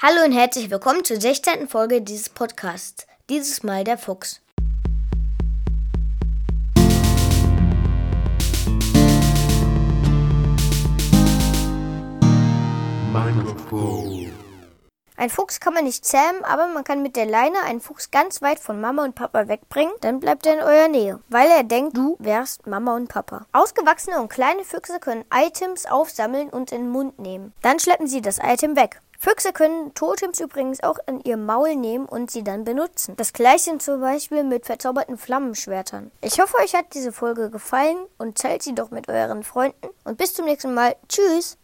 Hallo und herzlich willkommen zur 16. Folge dieses Podcasts. Dieses Mal der Fuchs. Ein Fuchs kann man nicht zähmen, aber man kann mit der Leine einen Fuchs ganz weit von Mama und Papa wegbringen, dann bleibt er in eurer Nähe, weil er denkt, du wärst Mama und Papa. Ausgewachsene und kleine Füchse können Items aufsammeln und in den Mund nehmen. Dann schleppen sie das Item weg. Füchse können Totems übrigens auch in ihr Maul nehmen und sie dann benutzen. Das gleiche zum Beispiel mit verzauberten Flammenschwertern. Ich hoffe, euch hat diese Folge gefallen und teilt sie doch mit euren Freunden. Und bis zum nächsten Mal. Tschüss!